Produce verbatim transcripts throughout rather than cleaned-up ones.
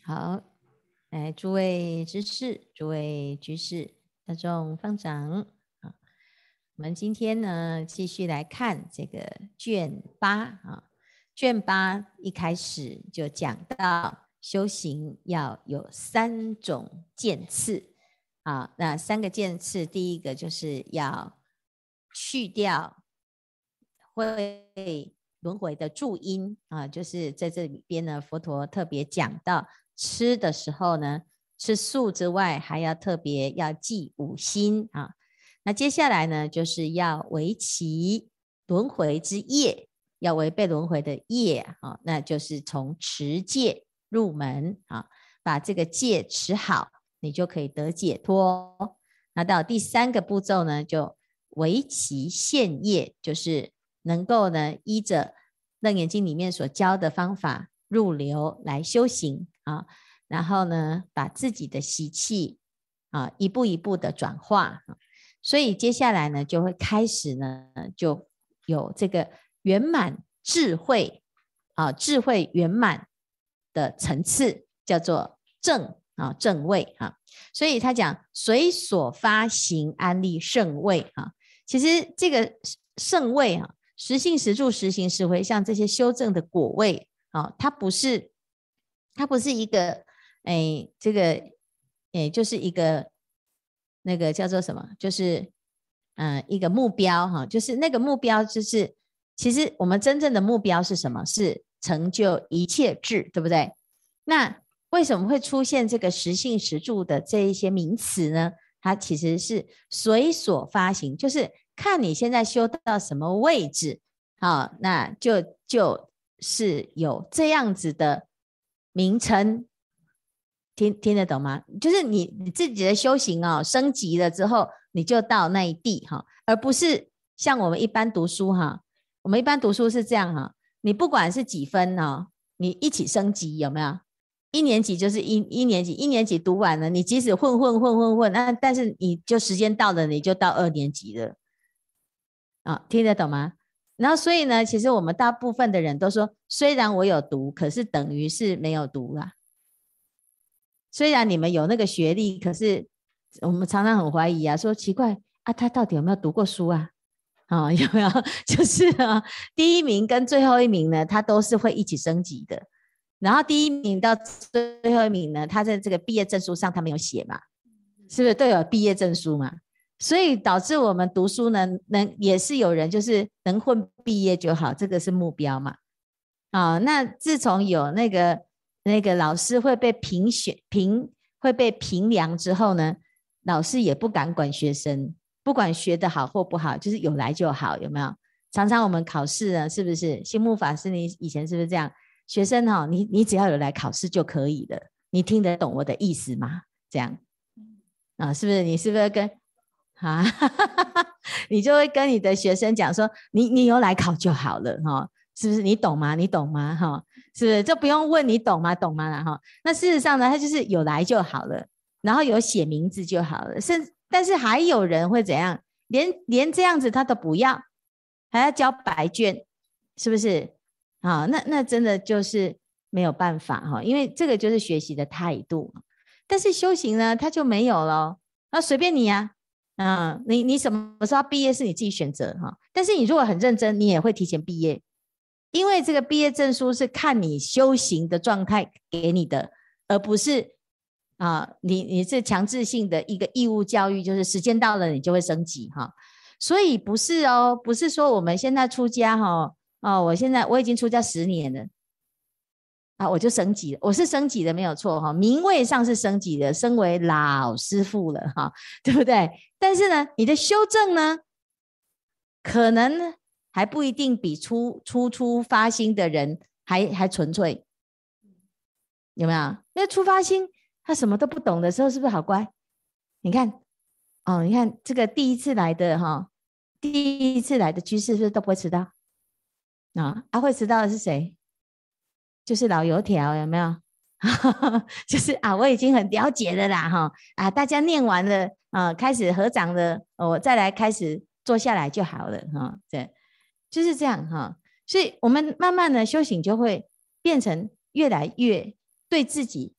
好，来，诸位知士、诸位居士、大众方丈啊，我们今天呢继续来看这个卷八啊。卷八一开始就讲到修行要有三种渐次啊，那三个渐次，第一个就是要去掉会轮回的助因啊，就是在这里边呢，佛陀特别讲到吃的时候呢，吃素之外，还要特别要记五心啊。那接下来呢，就是要为其轮回之业，要违背轮回的业啊，那就是从持戒入门啊，把这个戒持好，你就可以得解脱。那到第三个步骤呢，就为其现业，就是能够呢依着楞严经里面所教的方法入流来修行啊，然后呢把自己的习气啊一步一步的转化。所以接下来呢就会开始呢就有这个圆满智慧啊，智慧圆满的层次，叫做正啊正位啊。所以他讲随所发行安立圣位啊，其实这个圣位啊，实性实住实行实回向这些修正的果位啊，它不是它不是一个哎这个哎就是一个那个叫做什么，就是嗯、呃、一个目标哈，就是那个目标就是其实我们真正的目标是什么？是成就一切智，对不对？那为什么会出现这个实性实住的这一些名词呢？它其实是随所发行，就是看你现在修到什么位置，好，那就就是有这样子的名称，听听得懂吗？就是你你自己的修行哦，升级了之后，你就到那一地哈，而不是像我们一般读书哈。我们一般读书是这样哈，你不管是几分哦，你一起升级有没有？一年级就是一一年级，一年级读完了，你即使混混混混混，那但是你就时间到了，你就到二年级了啊，听得懂吗？然后所以呢，其实我们大部分的人都说，虽然我有读，可是等于是没有读啦。虽然你们有那个学历，可是我们常常很怀疑啊，说奇怪啊，他到底有没有读过书啊？啊、哦，有没有？就是啊，第一名跟最后一名呢，他都是会一起升级的。然后第一名到最后一名呢，他在这个毕业证书上他没有写嘛，是不是都有毕业证书嘛？所以导致我们读书呢，能也是有人就是能混毕业就好，这个是目标嘛。啊、哦，那自从有那个那个老师会被评选评会被评量之后呢，老师也不敢管学生。不管学得好或不好，就是有来就好，有没有？常常我们考试呢，是不是？心木法师，你以前是不是这样？学生哈、哦，你你只要有来考试就可以了，你听得懂我的意思吗？这样啊，是不是？你是不是跟啊？你就会跟你的学生讲说，你你有来考就好了哈、哦，是不是？你懂吗？你懂吗？哈、哦，是不是？就不用问你懂吗？懂吗？然后，那事实上呢，他就是有来就好了，然后有写名字就好了，甚至。但是还有人会怎样？连连这样子他都不要，还要交白卷，是不是？啊，那那真的就是没有办法哈，因为这个就是学习的态度。但是修行呢，他就没有了，那随便你呀、啊，啊，你你什么时候毕业是你自己选择哈。但是你如果很认真，你也会提前毕业，因为这个毕业证书是看你修行的状态给你的，而不是。啊，你你是强制性的一个义务教育，就是时间到了你就会升级哈，所以不是哦，不是说我们现在出家哈，哦，我现在我已经出家十年了，啊，我就升级了，我是升级的没有错哈，名位上是升级的，升为老师傅了哈，对不对？但是呢，你的修正呢，可能还不一定比初初初发心的人还还纯粹，有没有？因为初发心。他什么都不懂的时候，是不是好乖？你看，哦，你看这个第一次来的哈，第一次来的居士是不是都不会迟到？啊，啊会迟到的是谁？就是老油条，有没有？就是啊，我已经很了解了啦，哈啊，大家念完了啊，开始合掌了，我再来开始坐下来就好了，哈，对，就是这样哈。所以我们慢慢的修行就会变成越来越对自己。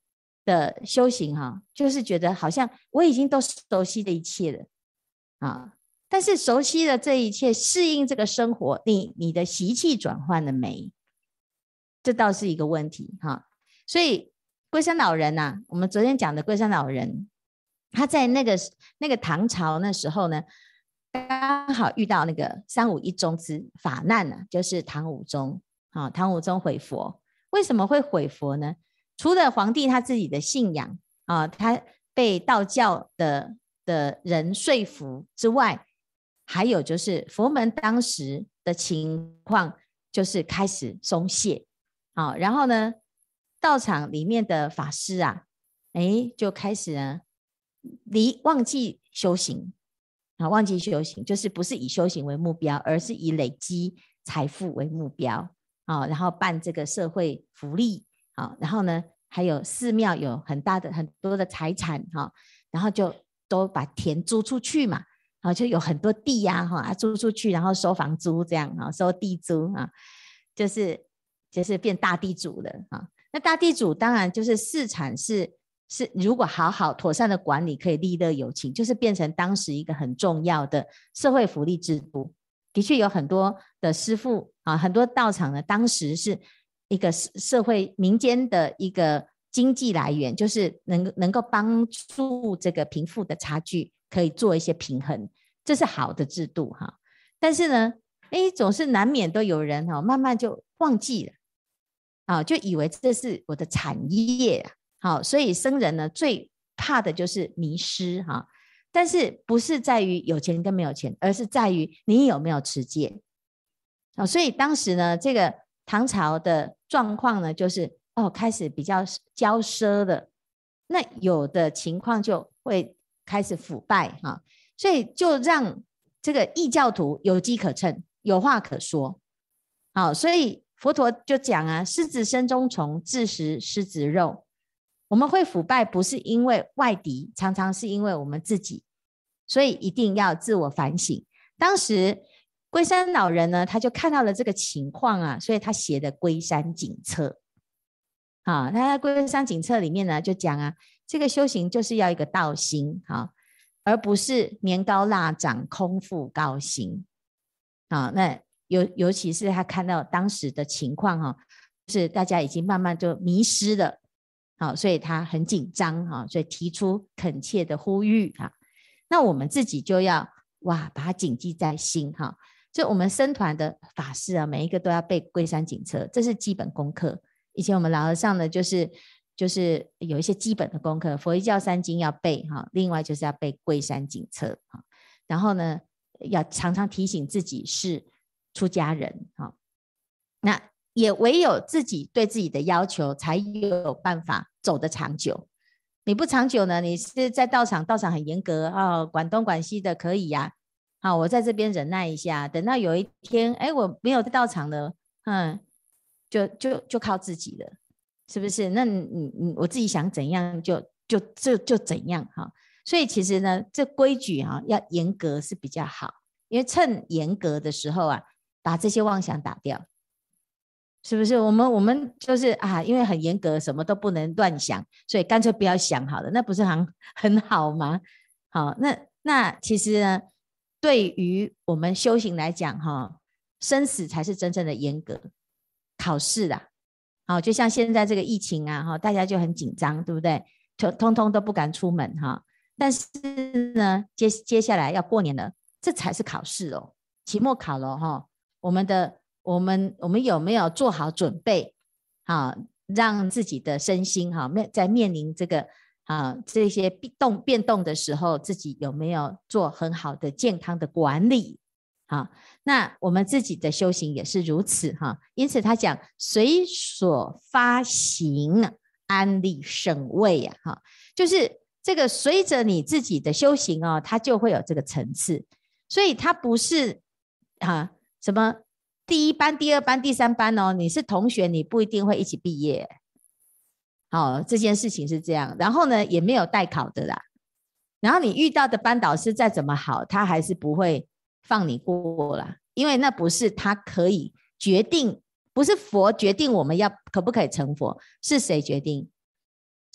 的修行哈，就是觉得好像我已经都熟悉的一切了啊，但是熟悉了这一切，适应这个生活，你你的习气转换了没？这倒是一个问题哈。所以龟山老人啊，我们昨天讲的龟山老人，他在那个那个唐朝那时候呢，刚好遇到那个三武一宗之法难啊，就是唐武宗啊，唐武宗毁佛。为什么会毁佛呢？除了皇帝他自己的信仰啊，他被道教的的人说服之外，还有就是佛门当时的情况就是开始松懈，好，然后呢，道场里面的法师啊，哎，就开始呢离忘记修行啊，忘记修行，就是不是以修行为目标，而是以累积财富为目标啊，然后办这个社会福利啊，然后呢，还有寺庙有很大的很多的财产哈，然后就都把田租出去嘛，啊，就有很多地呀、啊、哈，租出去，然后收房租这样啊，收地租啊，就是就是变大地主了啊。那大地主当然就是市场是是如果好好妥善的管理，可以利乐有情，就是变成当时一个很重要的社会福利制度。的确有很多的师父啊，很多道场呢，当时是一个社会民间的一个经济来源，就是能能够帮助这个贫富的差距可以做一些平衡，这是好的制度哈。但是呢，哎，总是难免都有人哈，慢慢就忘记了啊，就以为这是我的产业啊。好，所以僧人呢最怕的就是迷失哈。但是不是在于有钱跟没有钱，而是在于你有没有持戒。哦，所以当时呢，这个唐朝的状况呢，就是哦开始比较骄奢的，那有的情况就会开始腐败哈，所以就让这个异教徒有机可乘，有话可说。好，所以佛陀就讲啊，狮子身中虫，自食狮子肉。我们会腐败，不是因为外敌，常常是因为我们自己，所以一定要自我反省。当时龟山老人呢，他就看到了这个情况啊，所以他写的《龟山警策》啊，他在《龟山警策》里面呢，就讲啊，这个修行就是要一个道心啊，而不是年高腊长、空腹高薪啊。那尤尤其是他看到当时的情况哈、啊，就是大家已经慢慢就迷失了。好，所以他很紧张哈，所以提出恳切的呼吁哈。那我们自己就要哇，把它谨记在心哈。就我们僧团的法师啊，每一个都要背龟山警策，这是基本功课。以前我们老和尚呢，就是就是有一些基本的功课，佛一教三经要背哈，另外就是要背龟山警策哈。然后呢，要常常提醒自己是出家人哈。那也唯有自己对自己的要求，才有办法走得长久。你不长久呢，你是在道场，道场很严格哦，管东管西的可以呀、啊。好，我在这边忍耐一下，等到有一天，哎，我没有在道场了，嗯，就就就靠自己了，是不是？那你你我自己想怎样就就就就怎样哈。所以其实呢，这规矩哈、啊、要严格是比较好，因为趁严格的时候啊，把这些妄想打掉。是不是我们我们就是啊，因为很严格，什么都不能乱想，所以干脆不要想好了，那不是很很好吗？好，那那其实呢，对于我们修行来讲，哈，生死才是真正的严格考试啦。好，就像现在这个疫情啊，哈，大家就很紧张，对不对？通通都不敢出门哈。但是呢，接接下来要过年了，这才是考试哦，期末考了哈，我们的。我们我们有没有做好准备？好，让自己的身心哈，在面临这个啊这些变动变动的时候，自己有没有做很好的健康的管理？好，那我们自己的修行也是如此哈。因此他讲随所发行，安立圣位呀，哈，就是这个随着你自己的修行哦，它就会有这个层次，所以它不是啊什么。第一班、第二班、第三班哦，你是同学，你不一定会一起毕业。好、哦，这件事情是这样。然后呢，也没有代考的啦。然后你遇到的班导师再怎么好，他还是不会放你过啦，因为那不是他可以决定，不是佛决定我们要可不可以成佛，是谁决定？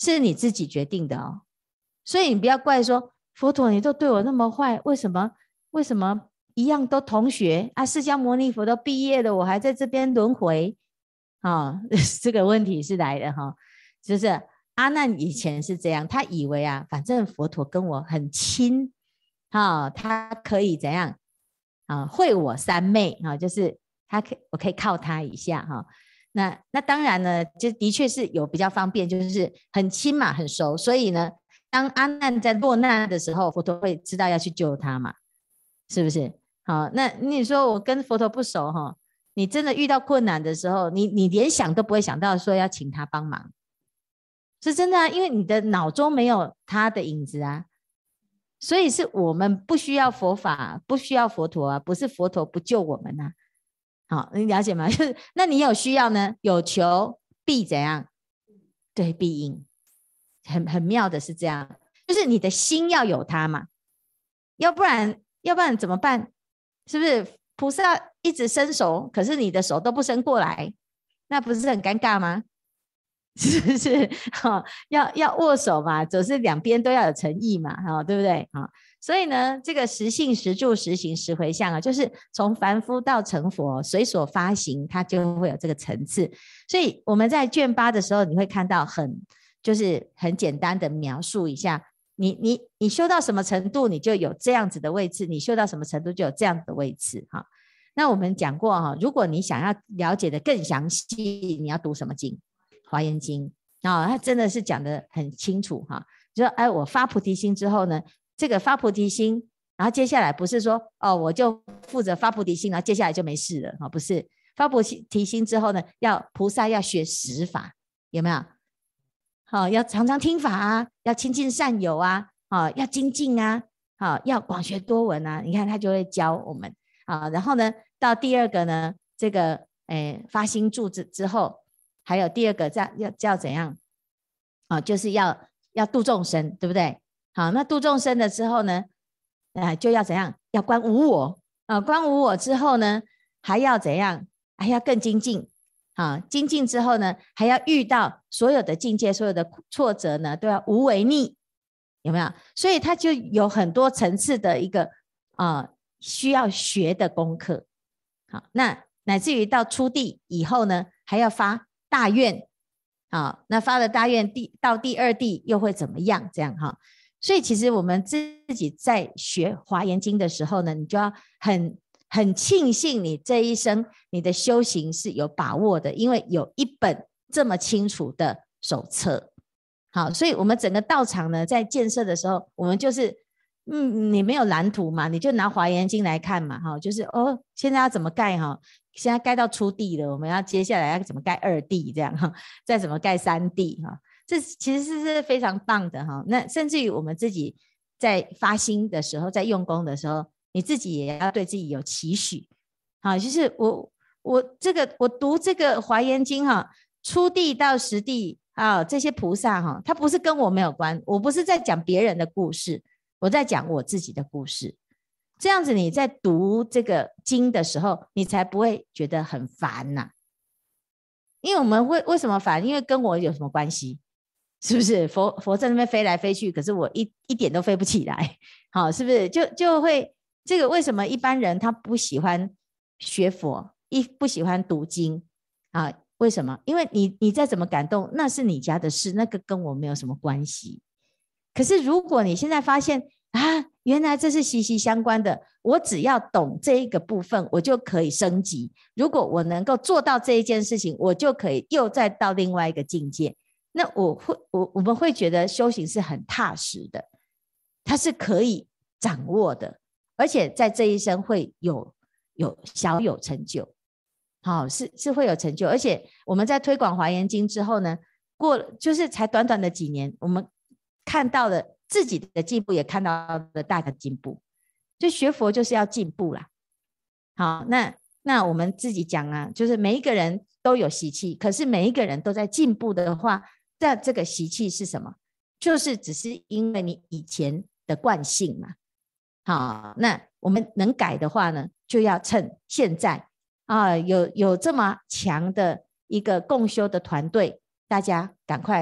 是你自己决定的哦。所以你不要怪说佛陀你都对我那么坏，为什么为什么一样都同学啊，释迦牟尼佛都毕业了，我还在这边轮回啊、哦？这个问题是来的哈、哦，就是阿难以前是这样，他以为啊，反正佛陀跟我很亲啊、哦，他可以怎样啊，惠我三昧啊、哦，就是他可我可以靠他一下哈、哦。那那当然呢，就的确是有比较方便，就是很亲嘛，很熟，所以呢，当阿难在落难的时候，佛陀会知道要去救他嘛，是不是？好，那你说我跟佛陀不熟哈，你真的遇到困难的时候，你你连想都不会想到说要请他帮忙，是真的啊，因为你的脑中没有他的影子啊，所以是我们不需要佛法，不需要佛陀啊，不是佛陀不救我们啊。好，你了解吗？就是那你有需要呢，有求必怎样？对，必应。很很妙的是这样，就是你的心要有它嘛，要不然要不然怎么办？是不是菩萨一直伸手，可是你的手都不伸过来，那不是很尴尬吗？是不是？哦、要要握手嘛，总是两边都要有诚意嘛，哦、对不对？哦、所以呢，这个实信、实住、实行、实回向啊，就是从凡夫到成佛，随所发行，它就会有这个层次。所以我们在卷八的时候，你会看到很就是很简单的描述一下，你你你修到什么程度，你就有这样子的位置；你修到什么程度，就有这样的位置。哈、哦，那我们讲过哈、哦，如果你想要了解的更详细，你要读什么经？华严经啊、哦，他真的是讲得很清楚哈。就说哎，我发菩提心之后呢，这个发菩提心，然后接下来不是说哦，我就负责发菩提心，然后接下来就没事了啊、哦，不是。发菩提心之后呢，要菩萨要学十法，有没有？好、哦，要常常听法啊，要亲近善友啊，啊、哦，要精进啊，好、哦，要广学多闻啊。你看他就会教我们啊。然后呢，到第二个呢，这个诶发心住之之后。还有第二个叫要叫怎样啊？就是要要度众生，对不对？好，那度众生了之后呢，啊，就要怎样？要观无我啊，观无我之后呢，还要怎样？还要更精进啊！精进之后呢，还要遇到所有的境界、所有的挫折呢，都要无为逆，有没有？所以它就有很多层次的一个啊需要学的功课。好，那乃至于到初地以后呢，还要发大愿，好，那发了大愿第到第二地又会怎么样？这样哈，所以其实我们自己在学华严经的时候呢，你就要很很庆幸你这一生你的修行是有把握的，因为有一本这么清楚的手册。好，所以我们整个道场呢，在建设的时候，我们就是嗯，你没有蓝图嘛，你就拿华严经来看嘛，哈，就是哦，现在要怎么盖哈？现在盖到初地了，我们要接下来要怎么盖二地这样哈，再怎么盖三地哈，这其实是非常棒的哈。那甚至于我们自己在发心的时候，在用功的时候，你自己也要对自己有期许，好，就是我我这个我读这个华严经哈，初地到十地啊，这些菩萨哈，他不是跟我没有关，我不是在讲别人的故事，我在讲我自己的故事。这样子你在读这个经的时候，你才不会觉得很烦呐、啊。因为我们会为什么烦？因为跟我有什么关系？是不是？佛佛在那边飞来飞去，可是我一一点都飞不起来，好，是不是？就就会这个为什么一般人他不喜欢学佛，一不喜欢读经啊？为什么？因为你你再怎么感动，那是你家的事，那个跟我没有什么关系。可是如果你现在发现啊，原来这是息息相关的，我只要懂这一个部分，我就可以升级。如果我能够做到这一件事情，我就可以又再到另外一个境界。那我会，我我们会觉得修行是很踏实的，它是可以掌握的，而且在这一生会有有小有成就，好、哦，是是会有成就。而且我们在推广华严经之后呢，过就是才短短的几年，我们看到了自己的进步，也看到了大的进步。就学佛就是要进步啦。好，那那我们自己讲啊，就是每一个人都有习气，可是每一个人都在进步的话，那这个习气是什么？就是只是因为你以前的惯性嘛。好，那我们能改的话呢，就要趁现在啊，有有这么强的一个共修的团队，大家赶快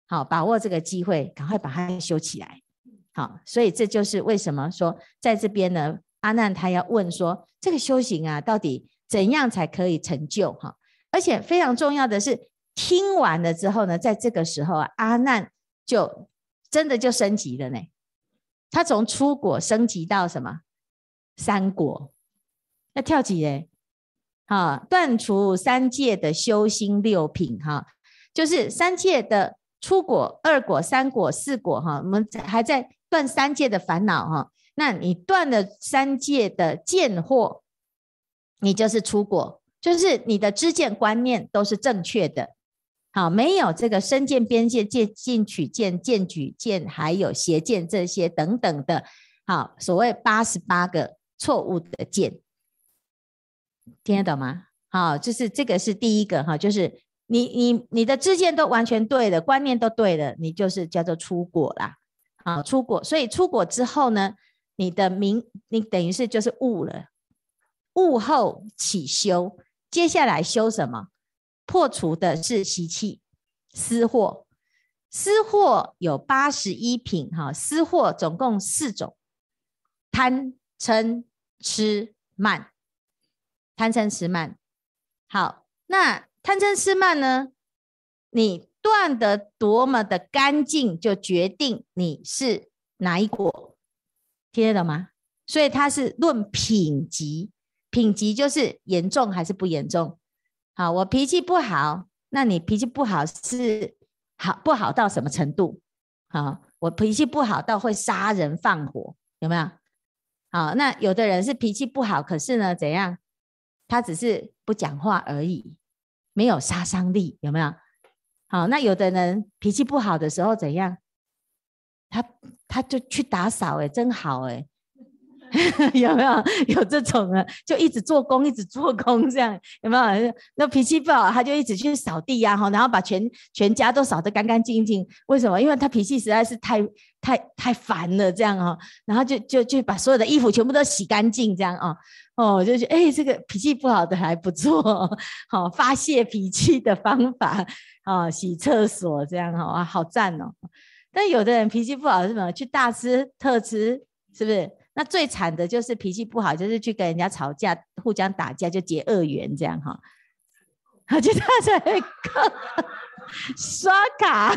好，把握这个机会，赶快把它修起来。好，所以这就是为什么说在这边呢，阿难他要问说，这个修行啊，到底怎样才可以成就？哈，而且非常重要的是，听完了之后呢，在这个时候啊，阿难就真的就升级了呢。他从初果升级到什么？三果，要跳级嘞。哈，断除三界的修心六品，哈，就是三界的初果、二果、三果、四果，哈，我们还在断三界的烦恼，哈。那你断了三界的见惑，你就是初果，就是你的知见观念都是正确的。好，没有这个身见、边见、见进取见、见举见，还有邪见这些等等的，好，所谓八十八个错误的见，听得懂吗？好，就是这个是第一个哈，就是你你你的知见都完全对了，观念都对了，你就是叫做初果啦。好，初果，所以初果之后呢，你的明，你等于是就是悟了，悟后起修，接下来修什么？破除的是习气、私惑。私惑有八十一品，哈，私惑总共四种：贪、嗔、痴、慢。贪嗔痴慢。好，那贪嗔痴慢呢？你断得多么的干净，就决定你是哪一果，听得懂吗？所以它是论品级，品级就是严重还是不严重。好，我脾气不好，那你脾气不好是好不好到什么程度？好，我脾气不好到会杀人放火，有没有？好，那有的人是脾气不好，可是呢怎样？他只是不讲话而已，没有杀伤力，有没有？好，那有的人脾气不好的时候怎样？他他就去打扫，哎，真好，哎。有没有有这种呢？就一直做工，一直做工，这样有没有？那脾气不好，他就一直去扫地啊，然后把全全家都扫得干干净净。为什么？因为他脾气实在是太太太烦了，这样哦，然后就就就把所有的衣服全部都洗干净，这样哦哦，就觉得哎，这个脾气不好的还不错，好、哦、发泄脾气的方法，哦，洗厕所这样哦，好赞哦。但有的人脾气不好是什么？去大吃特吃，是不是？那最惨的就是脾气不好，就是去跟人家吵架，互相打架就结恶缘这样哈。好，就他在刷卡，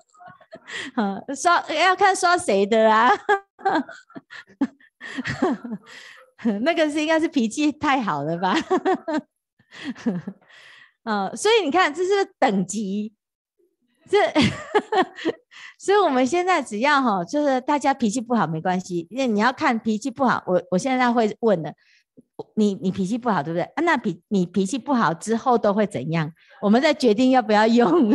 刷要看刷谁的啊。那个是应该是脾气太好了吧？呃、所以你看，这是等级。这所以我们现在只要哈，就是大家脾气不好没关系，因为你要看脾气不好，我我现在会问的，你你脾气不好对不对？啊、那脾你脾气不好之后都会怎样？我们再决定要不要用。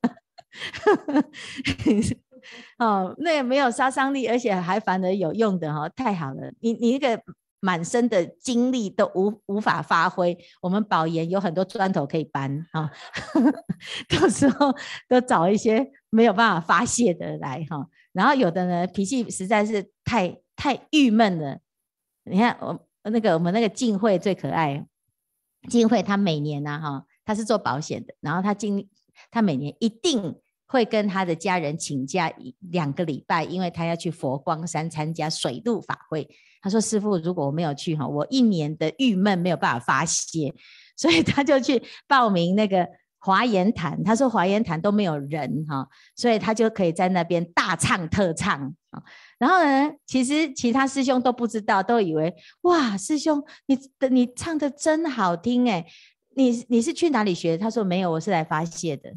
哦，那个没有杀伤力，而且还反而有用的哈、哦，太好了！你你那个满身的精力都无无法发挥，我们保研有很多砖头可以搬啊、哦，到时候都找一些没有办法发泄的来哈、哦。然后有的呢脾气实在是太太郁闷了，你看我那个我们那个静慧最可爱，静慧她每年啊哈，她是做保险的，然后她经她每年一定会跟他的家人请假两个礼拜，因为他要去佛光山参加水陆法会。他说师父，如果我没有去，我一年的郁闷没有办法发泄，所以他就去报名那个华严坛。他说华严坛都没有人，所以他就可以在那边大唱特唱。然后呢，其实其他师兄都不知道，都以为哇，师兄 你, 你唱的真好听耶，你你是去哪里学？他说没有，我是来发泄的。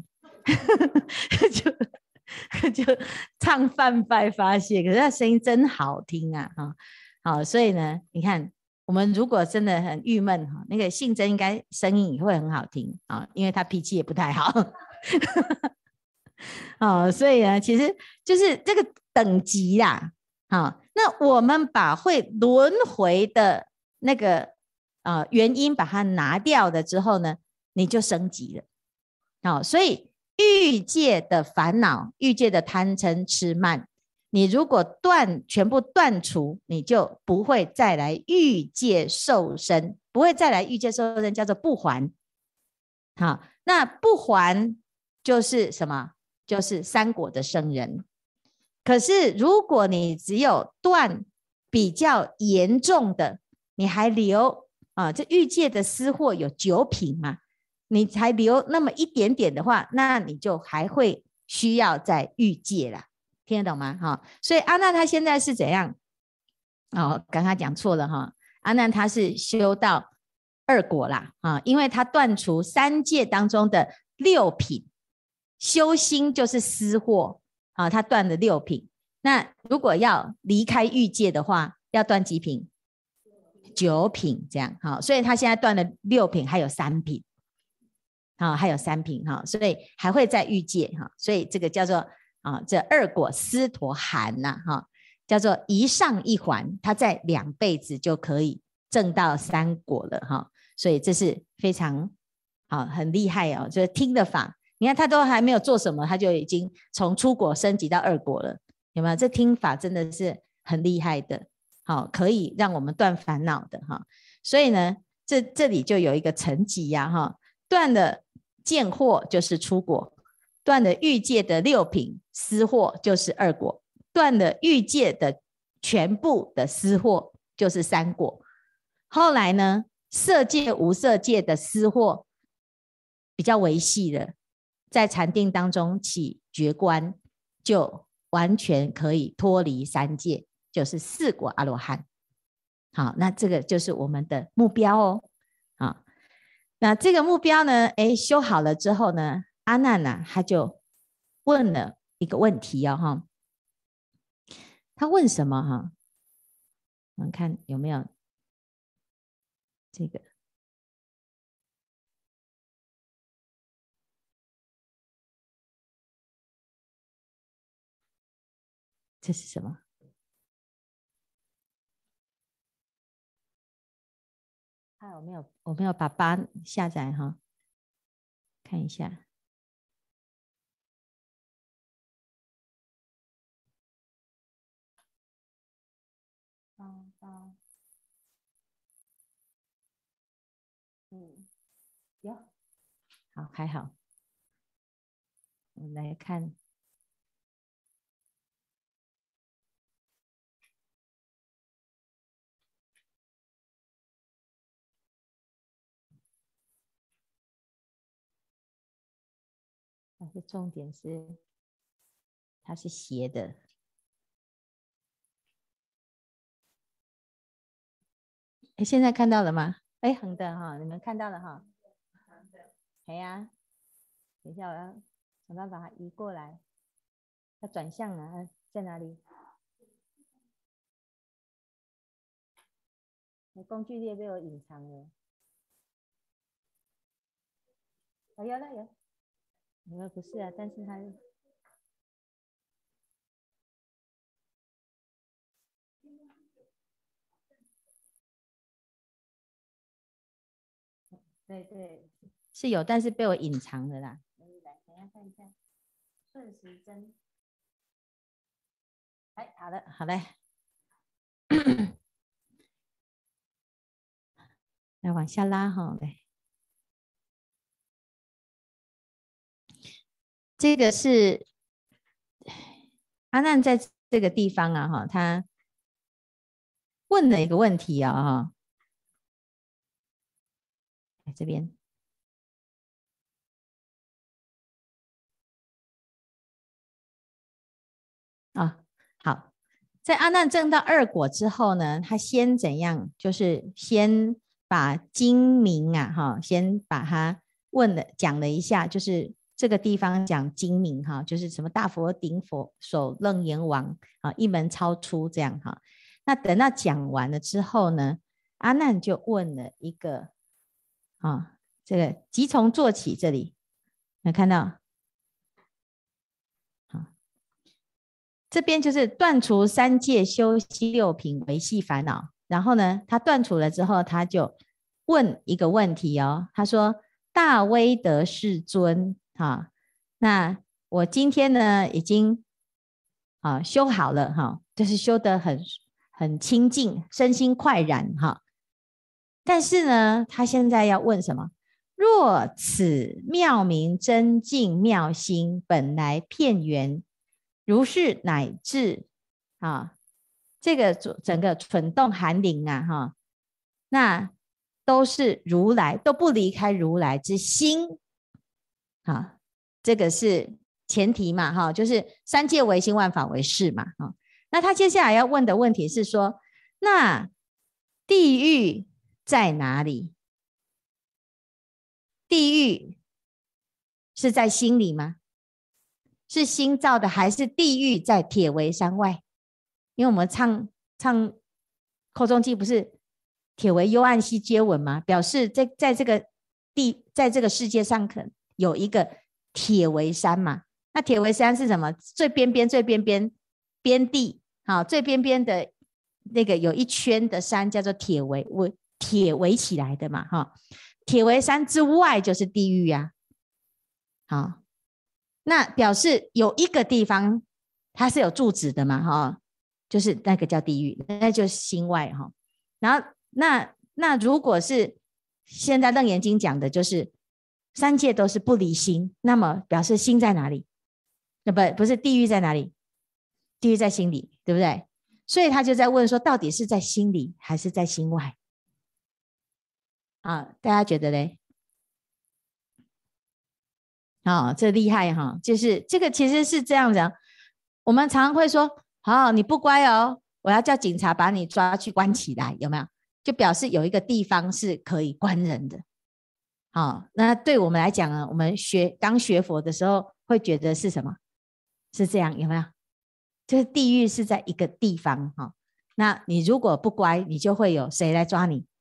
就就唱泛拜发泄，可是他声音真好听啊！哈，好，所以呢，你看，我们如果真的很郁闷哈，那个信真应该声音也会很好听啊，因为他脾气也不太好。好，所以呢，其实就是这个等级啦。好，那我们把会轮回的那个呃原因把它拿掉了之后呢，你就升级了。好，所以欲界的烦恼，欲界的贪嗔痴慢，你如果断全部断除，你就不会再来欲界受生，不会再来欲界受生，叫做不还。好，那不还就是什么？ 就是三果的圣人。可是如果你只有断比较严重的，你还留啊，这欲界的私货有九品嘛，你才留那么一点点的话，那你就还会需要在欲界啦，听得懂吗？哈，所以阿难他现在是怎样？哦，刚刚讲错了哈，阿难他是修到二果啦啊，因为他断除三界当中的六品，修心就是私货啊，他断了六品。那如果要离开欲界的话，要断几品？九品这样哈，所以他现在断了六品，还有三品，啊，还有三品哈，所以还会在欲界哈，所以这个叫做啊，这二果斯陀含呐哈，叫做一上一环，他在两辈子就可以证到三果了哈，所以这是非常好很厉害哦，就是听的法，你看他都还没有做什么，他就已经从初果升级到二果了，有没有？这听法真的是很厉害的。好，可以让我们断烦恼的哈，所以呢，这这里就有一个层级呀哈，断了见惑就是初果，断了欲界的六品私货就是二果，断了欲界的全部的私货就是三果。后来呢，色界无色界的私货比较维系了，在禅定当中起觉观，就完全可以脱离三界。就是四果阿罗汉，好，那这个就是我们的目标哦，好，那这个目标呢，哎，修好了之后呢，阿难呢、啊，他就问了一个问题哦，哈，他问什么哈？我们看有没有这个，这是什么？我没有，我没有把八下载哈，看一下。八八，嗯，有，好，还好。我们来看，但是重点是它是斜的。哎，现在看到了吗？哎，横的哈，你们看到了哈。哎呀，等一下我要想办法把它移过来。要转向了，在哪里？工具列被我隐藏了。哦，有了有。你们不是啊，但是它。对对，是有，但是被我隐藏的啦。来，等一下看一下，顺时针。哎，好了，好嘞。来往下拉哈，来。这个是阿难在这个地方啊，哈，他问了一个问题啊，哈，这边啊，好，在阿难证到二果之后呢，他先怎样？就是先把经名啊，哈，先把它问了讲了一下，就是这个地方讲经名哈，就是什么大佛顶佛首楞严王啊，一门超出这样哈。那等到讲完了之后呢，阿难就问了一个啊，这个即从做起，这里有看到？这边就是断除三界修习六品维系烦恼，然后呢，他断除了之后，他就问一个问题哦，他说：“大威德世尊，哈，那我今天呢已经啊修好了哈，就是修得很很清净，身心快然哈。但是呢，他现在要问什么？ 若此妙明真净妙心，本来片源，如是乃至啊，这个整个蠢动寒灵啊，哈，那都是如来，都不离开如来之心。啊，这个是前提嘛，哈，就是三界唯心，万法唯识嘛，哈。那他接下来要问的问题是说，那地狱在哪里？地狱是在心里吗？是心造的，还是地狱在铁围山外？因为我们唱唱口中记不是铁围幽暗兮皆闻吗？表示在在这个地，在这个世界上可有一个铁围山嘛。那铁围山是什么？最边边最边边边地，好，最边边的那个有一圈的山叫做铁围，围铁围起来的嘛，哈。铁围山之外就是地狱啊。好，那表示有一个地方它是有住址的嘛，哈，就是那个叫地狱，那就是心外哈。然后那那如果是现在楞严经讲的，就是三界都是不离心，那么表示心在哪里？那不不是地狱在哪里？地狱在心里，对不对？所以他就在问说，到底是在心里还是在心外？啊，大家觉得嘞？啊、哦，这厉害哈！就是这个其实是这样的，我们常常会说，好、哦，你不乖哦，我要叫警察把你抓去关起来，有没有？就表示有一个地方是可以关人的。好、哦，那对我们来讲呢，我们学刚学佛的时候会觉得是什么？是这样，有没有？就是地狱是在一个地方哈、哦，那你如果不乖，你就会有谁来抓你？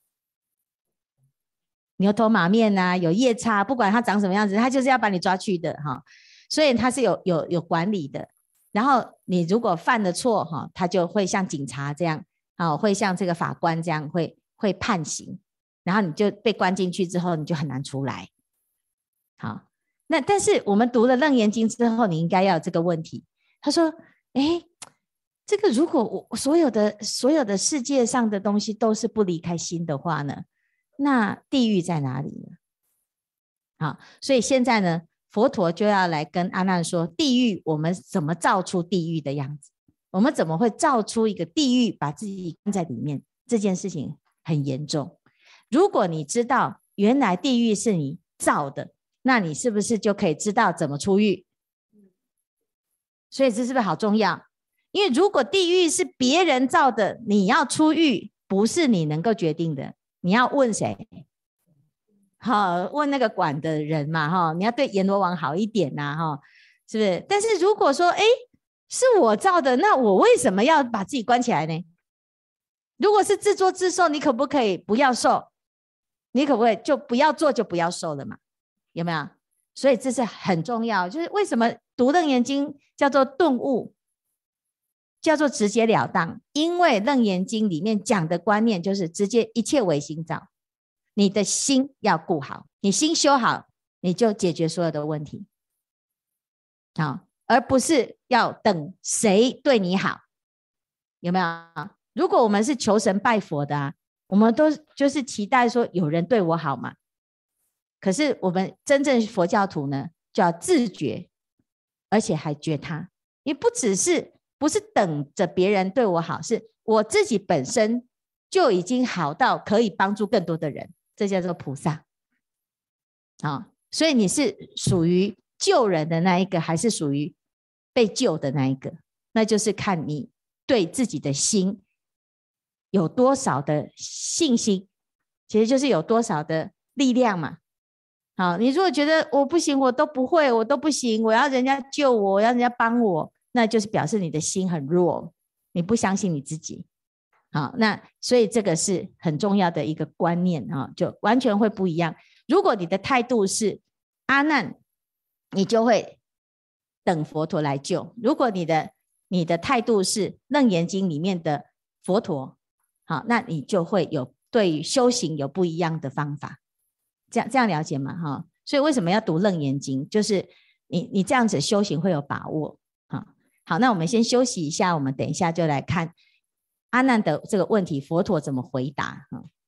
牛头马面啊，有夜叉，不管他长什么样子，他就是要把你抓去的哈。所以他是有有有管理的。然后你如果犯了错哈，他就会像警察这样啊，会像这个法官这样会会判刑，然后你就被关进去之后，你就很难出来。好，那但是我们读了《楞严经》之后，你应该要有这个问题。他说：“哎，这个如果我所有的所有的世界上的东西都是不离开心的话呢？”那地狱在哪里呢？好，所以现在呢，佛陀就要来跟阿难说，地狱我们怎么造出地狱的样子？我们怎么会造出一个地狱，把自己关在里面？这件事情很严重。如果你知道原来地狱是你造的，那你是不是就可以知道怎么出狱？所以这是不是好重要？因为如果地狱是别人造的，你要出狱不是你能够决定的。你要问谁？好，问那个管的人嘛，哈，你要对阎罗王好一点呐、啊，哈，是不是？但是如果说，哎，是我造的，那我为什么要把自己关起来呢？如果是自作自受，你可不可以不要受？你可不可以就不要做，就不要受了嘛？有没有？所以这是很重要，就是为什么读楞严经叫做顿悟？叫做直截了当，因为楞严经里面讲的观念就是直接一切唯心造，你的心要顾好，你心修好，你就解决所有的问题，好，而不是要等谁对你好，有没有？如果我们是求神拜佛的啊，我们都就是期待说有人对我好嘛，可是我们真正佛教徒呢，就要自觉，而且还觉他，也不只是不是等着别人对我好，是我自己本身就已经好到可以帮助更多的人，这叫做菩萨。好，所以你是属于救人的那一个，还是属于被救的那一个？那就是看你对自己的心有多少的信心，其实就是有多少的力量嘛。好，你如果觉得我不行，我都不会，我都不行，我要人家救我，我要人家帮我，那就是表示你的心很弱，你不相信你自己。好，那所以这个是很重要的一个观念啊，就完全会不一样。如果你的态度是阿难，你就会等佛陀来救；如果你的你的态度是楞严经里面的佛陀，好，那你就会有对于修行有不一样的方法。这样这样了解吗？哈，所以为什么要读楞严经？就是你你这样子修行会有把握。好，那我们先休息一下，我们等一下就来看阿难的这个问题，佛陀怎么回答。